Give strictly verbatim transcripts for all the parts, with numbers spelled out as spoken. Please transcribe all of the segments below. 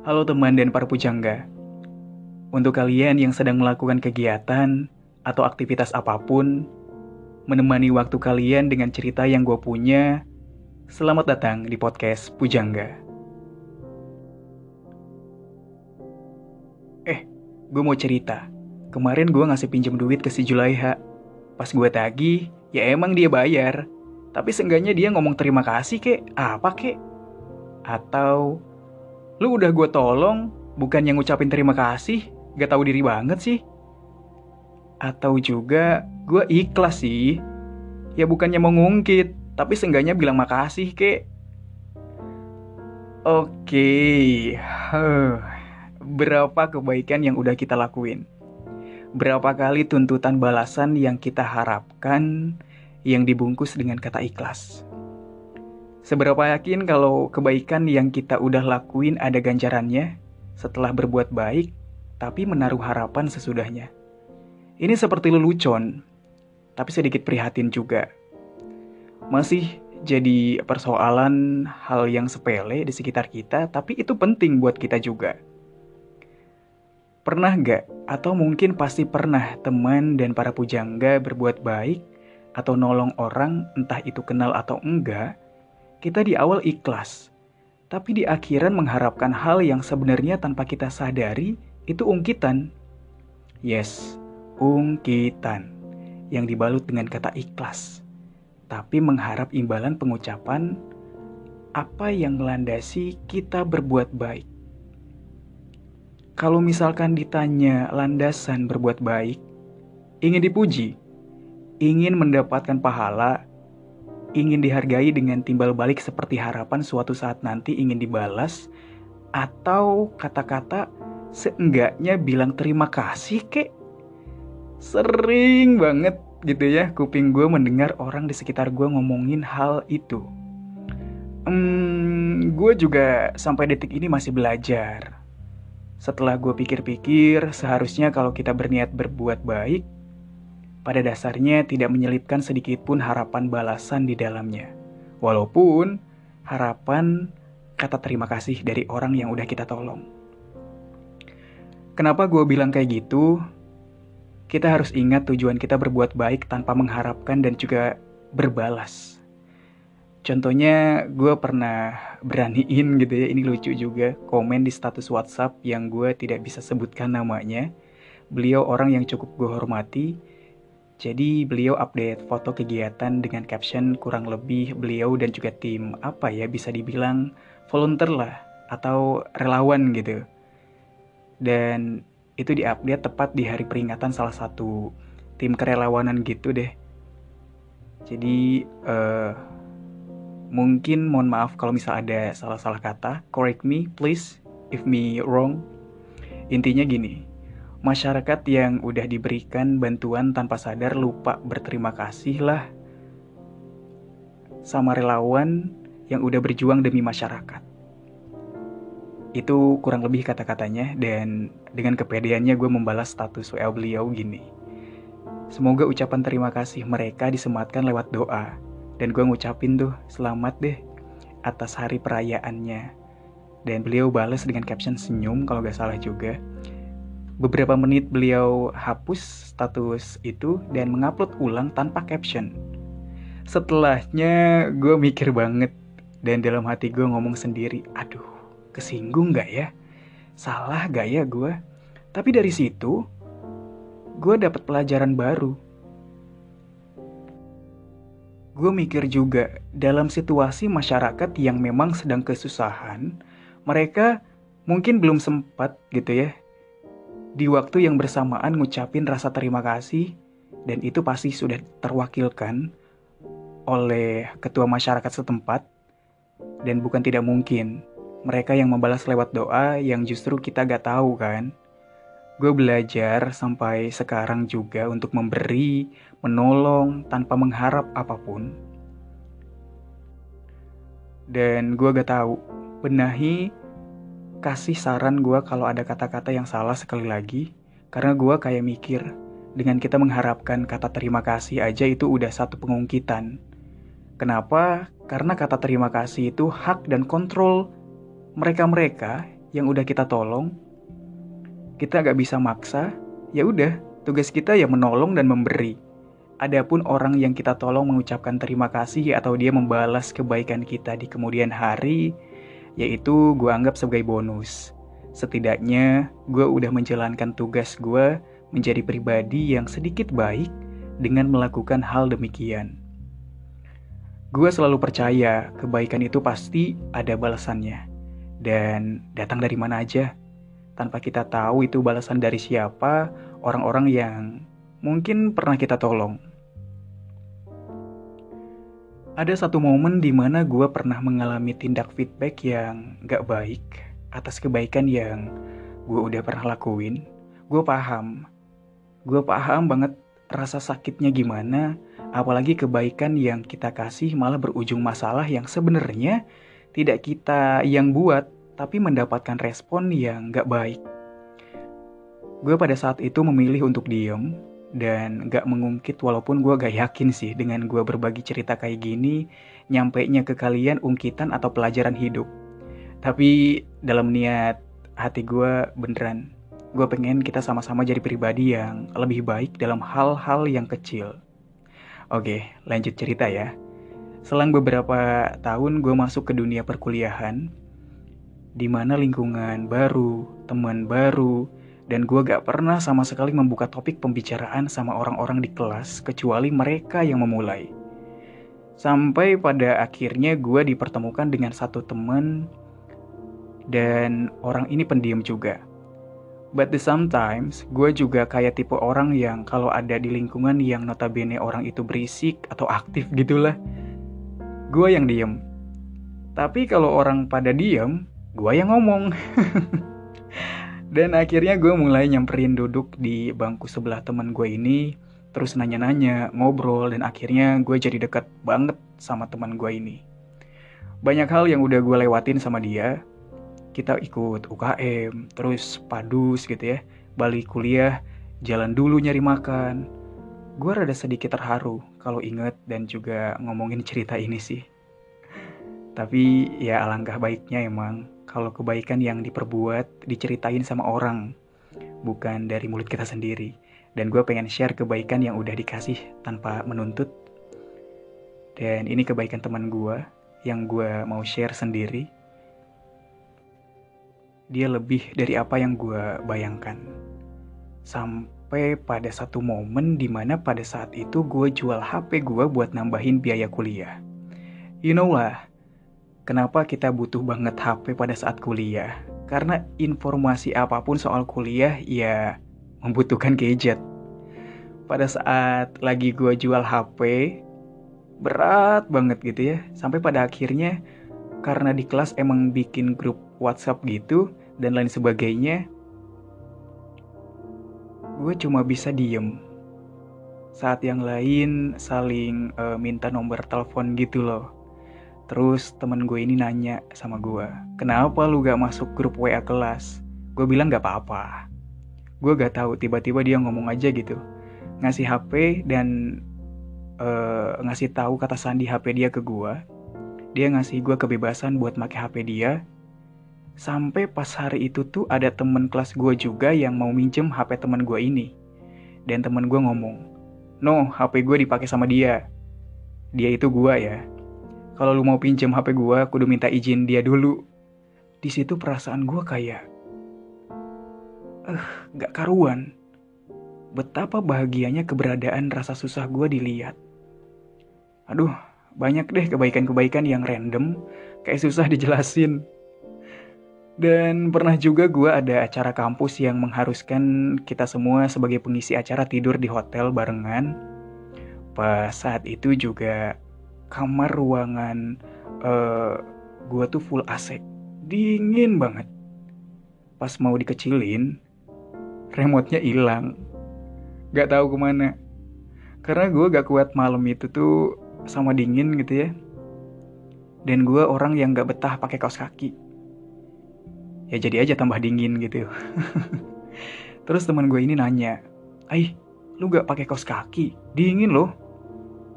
Halo teman dan para pujangga. Untuk kalian yang sedang melakukan kegiatan atau aktivitas apapun, menemani waktu kalian dengan cerita yang gue punya, selamat datang di podcast Pujangga. Eh, gue mau cerita. Kemarin gue ngasih pinjam duit ke si Julaiha. Pas gue tagih, ya emang dia bayar. Tapi seenggaknya dia ngomong terima kasih kek, apa kek? Atau, lu udah gue tolong, bukan yang ngucapin terima kasih, gak tahu diri banget sih. Atau juga gue ikhlas sih, ya bukannya mau ngungkit, tapi seenggaknya bilang makasih kek. Oke, huh. Berapa kebaikan yang udah kita lakuin? Berapa kali tuntutan balasan yang kita harapkan yang dibungkus dengan kata ikhlas? Seberapa yakin kalau kebaikan yang kita udah lakuin ada ganjarannya setelah berbuat baik, tapi menaruh harapan sesudahnya? Ini seperti lelucon, tapi sedikit prihatin juga. Masih jadi persoalan hal yang sepele di sekitar kita, tapi itu penting buat kita juga. Pernah gak, atau mungkin pasti pernah teman dan para pujangga berbuat baik atau nolong orang, entah itu kenal atau enggak, kita di awal ikhlas, tapi di akhiran mengharapkan hal yang sebenarnya tanpa kita sadari itu ungkitan. Yes, ungkitan yang dibalut dengan kata ikhlas, tapi mengharap imbalan pengucapan apa yang melandasi kita berbuat baik. Kalau misalkan ditanya landasan berbuat baik, ingin dipuji, ingin mendapatkan pahala, ingin dihargai dengan timbal balik seperti harapan suatu saat nanti ingin dibalas, atau kata-kata seenggaknya bilang terima kasih kek. Sering banget gitu ya kuping gue mendengar orang di sekitar gue ngomongin hal itu. Hmm, gue juga sampai detik ini masih belajar. Setelah gue pikir-pikir, seharusnya kalau kita berniat berbuat baik, pada dasarnya tidak menyelipkan sedikit pun harapan balasan di dalamnya. Walaupun harapan kata terima kasih dari orang yang udah kita tolong. Kenapa gue bilang kayak gitu? Kita harus ingat tujuan kita berbuat baik tanpa mengharapkan dan juga berbalas. Contohnya gue pernah beraniin gitu ya, ini lucu juga, komen di status WhatsApp yang gue tidak bisa sebutkan namanya. Beliau orang yang cukup gue hormati. Jadi beliau update foto kegiatan dengan caption kurang lebih beliau dan juga tim apa ya bisa dibilang volunteer lah atau relawan gitu. Dan itu diupdate tepat di hari peringatan salah satu tim kerelawanan gitu deh. Jadi uh, mungkin mohon maaf kalau misal ada salah-salah kata, correct me please if me wrong. Intinya gini, masyarakat yang udah diberikan bantuan tanpa sadar lupa berterima kasih lah sama relawan yang udah berjuang demi masyarakat. Itu kurang lebih kata-katanya, dan dengan kepedeannya gue membalas status W A beliau gini. Semoga ucapan terima kasih mereka disematkan lewat doa. Dan gue ngucapin tuh selamat deh atas hari perayaannya. Dan beliau balas dengan caption senyum kalau gak salah juga. Beberapa menit beliau hapus status itu dan mengupload ulang tanpa caption. Setelahnya gue mikir banget, dan dalam hati gue ngomong sendiri, aduh kesinggung gak ya? Salah gak ya gue? Tapi dari situ gue dapet pelajaran baru. Gue mikir juga, dalam situasi masyarakat yang memang sedang kesusahan, mereka mungkin belum sempat gitu ya di waktu yang bersamaan ngucapin rasa terima kasih, dan itu pasti sudah terwakilkan oleh ketua masyarakat setempat, dan bukan tidak mungkin mereka yang membalas lewat doa yang justru kita gak tahu kan. Gue belajar sampai sekarang juga untuk memberi, menolong tanpa mengharap apapun. Dan gue gak tahu, benahi kasih saran gue kalau ada kata-kata yang salah sekali lagi. Karena gue kayak mikir, dengan kita mengharapkan kata terima kasih aja itu udah satu pengungkitan. Kenapa? Karena kata terima kasih itu hak dan kontrol mereka-mereka yang udah kita tolong, kita gak bisa maksa, ya udah, tugas kita ya menolong dan memberi. Adapun orang yang kita tolong mengucapkan terima kasih atau dia membalas kebaikan kita di kemudian hari, yaitu gue anggap sebagai bonus. Setidaknya gue udah menjalankan tugas gue menjadi pribadi yang sedikit baik dengan melakukan hal demikian. Gue selalu percaya kebaikan itu pasti ada balasannya. Dan datang dari mana aja. Tanpa kita tahu itu balasan dari siapa, orang-orang yang mungkin pernah kita tolong. Ada satu momen di mana gue pernah mengalami tindak feedback yang gak baik atas kebaikan yang gue udah pernah lakuin. Gue paham, gue paham banget rasa sakitnya gimana, apalagi kebaikan yang kita kasih malah berujung masalah yang sebenarnya tidak kita yang buat, tapi mendapatkan respon yang gak baik. Gue pada saat itu memilih untuk diem dan gak mengungkit, walaupun gue gak yakin sih dengan gue berbagi cerita kayak gini nyampainya ke kalian ungkitan atau pelajaran hidup. Tapi dalam niat hati gue beneran, gue pengen kita sama-sama jadi pribadi yang lebih baik dalam hal-hal yang kecil. Oke, lanjut cerita ya. Selang beberapa tahun gue masuk ke dunia perkuliahan, di mana lingkungan baru, teman baru, dan gue gak pernah sama sekali membuka topik pembicaraan sama orang-orang di kelas kecuali mereka yang memulai. Sampai pada akhirnya gue dipertemukan dengan satu teman dan orang ini pendiam juga. But the sometimes gue juga kayak tipe orang yang kalau ada di lingkungan yang notabene orang itu berisik atau aktif gitulah, gue yang diem. Tapi kalau orang pada diem, gue yang ngomong. Dan akhirnya gue mulai nyamperin duduk di bangku sebelah teman gue ini, terus nanya-nanya, ngobrol, dan akhirnya gue jadi dekat banget sama teman gue ini. Banyak hal yang udah gue lewatin sama dia. Kita ikut U K M, terus padus gitu ya, balik kuliah, jalan dulu nyari makan. Gue rada sedikit terharu kalau inget dan juga ngomongin cerita ini sih. Tapi ya alangkah baiknya emang kalau kebaikan yang diperbuat diceritain sama orang, bukan dari mulut kita sendiri. Dan gue pengen share kebaikan yang udah dikasih tanpa menuntut. Dan ini kebaikan teman gue yang gue mau share sendiri. Dia lebih dari apa yang gue bayangkan. Sampai pada satu momen dimana pada saat itu gue jual H P gue buat nambahin biaya kuliah. You know lah, kenapa kita butuh banget H P pada saat kuliah? Karena informasi apapun soal kuliah ya membutuhkan gadget. Pada saat lagi gue jual H P, berat banget gitu ya. Sampai pada akhirnya karena di kelas emang bikin grup WhatsApp gitu dan lain sebagainya, gue cuma bisa diem. Saat yang lain saling uh, minta nomor telepon gitu loh. Terus temen gue ini nanya sama gue, kenapa lu gak masuk grup W A kelas? Gue bilang gak apa-apa. Gue gak tahu, tiba-tiba dia ngomong aja gitu, ngasih H P dan uh, ngasih tahu kata sandi H P dia ke gue. Dia ngasih gue kebebasan buat make H P dia. Sampai pas hari itu tuh ada temen kelas gue juga yang mau minjem H P temen gue ini. Dan temen gue ngomong, no, H P gue dipakai sama dia. Dia itu gue ya. Kalau lu mau pinjem H P gue, kudu minta izin dia dulu. Di situ perasaan gue kayak, eh, gak karuan. Betapa bahagianya keberadaan rasa susah gue dilihat. Aduh, banyak deh kebaikan-kebaikan yang random, kayak susah dijelasin. Dan pernah juga gue ada acara kampus yang mengharuskan kita semua sebagai pengisi acara tidur di hotel barengan. Pas saat itu juga kamar ruangan uh, gue tuh full A C, dingin banget. Pas mau dikecilin, remote-nya hilang, gak tahu kemana. Karena gue gak kuat malam itu tuh sama dingin gitu ya. Dan gue orang yang gak betah pakai kaos kaki. Ya jadi aja tambah dingin gitu. Terus teman gue ini nanya, "Ai, lu gak pakai kaos kaki? Dingin loh."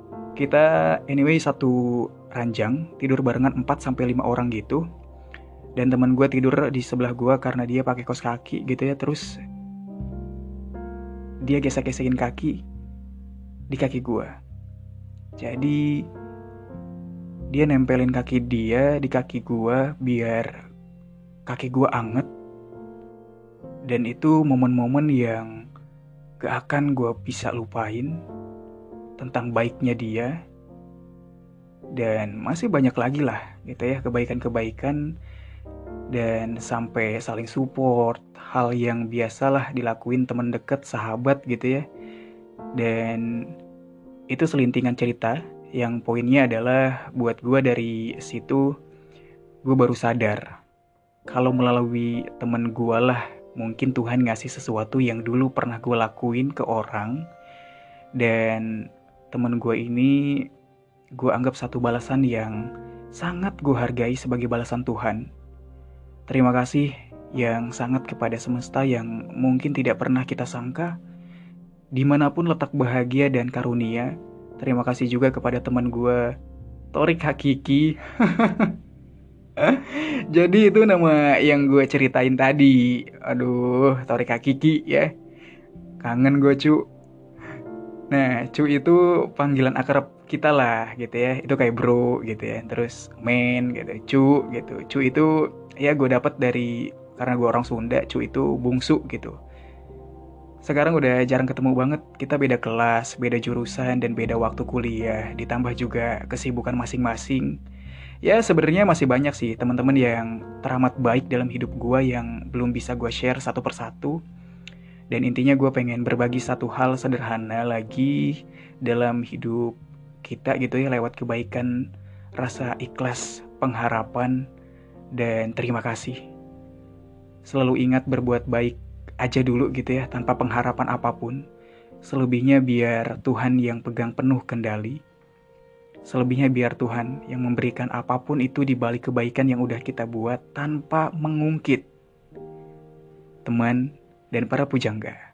Kita anyway satu ranjang, tidur barengan empat sampai lima orang gitu. Dan teman gue tidur di sebelah gue karena dia pakai kaos kaki gitu ya. Terus dia gesek-gesekin kaki di kaki gue. Jadi dia nempelin kaki dia di kaki gue biar kaki gue anget. Dan itu momen-momen yang gak akan gue bisa lupain tentang baiknya dia. Dan masih banyak lagi lah gitu ya, kebaikan-kebaikan. Dan sampai saling support, hal yang biasalah dilakuin teman dekat, sahabat gitu ya. Dan itu selintingan cerita yang poinnya adalah buat gue dari situ gue baru sadar kalau melalui temen gue lah mungkin Tuhan ngasih sesuatu yang dulu pernah gue lakuin ke orang. Dan temen gue ini gue anggap satu balasan yang sangat gue hargai sebagai balasan Tuhan. Terima kasih yang sangat kepada semesta yang mungkin tidak pernah kita sangka. Dimanapun letak bahagia dan karunia. Terima kasih juga kepada teman gue Torik Hakiki. Jadi itu nama yang gue ceritain tadi. Aduh, Torik Hakiki ya. Kangen gue cu. Nah, cu itu panggilan akrab kita lah gitu ya. Itu kayak bro gitu ya. Terus men gitu, cu gitu. Cu itu ya gue dapat dari, karena gue orang Sunda, cu itu bungsu gitu. Sekarang udah jarang ketemu banget, kita beda kelas, beda jurusan, dan beda waktu kuliah. Ditambah juga kesibukan masing-masing. Ya sebenarnya masih banyak sih teman-teman yang teramat baik dalam hidup gue yang belum bisa gue share satu persatu. Dan intinya gue pengen berbagi satu hal sederhana lagi dalam hidup kita gitu ya, lewat kebaikan, rasa ikhlas, pengharapan, dan terima kasih. Selalu ingat berbuat baik aja dulu gitu ya, tanpa pengharapan apapun. Selebihnya biar Tuhan yang pegang penuh kendali. Selebihnya biar Tuhan yang memberikan apapun itu di balik kebaikan yang udah kita buat tanpa mengungkit. Teman dan para pujangga.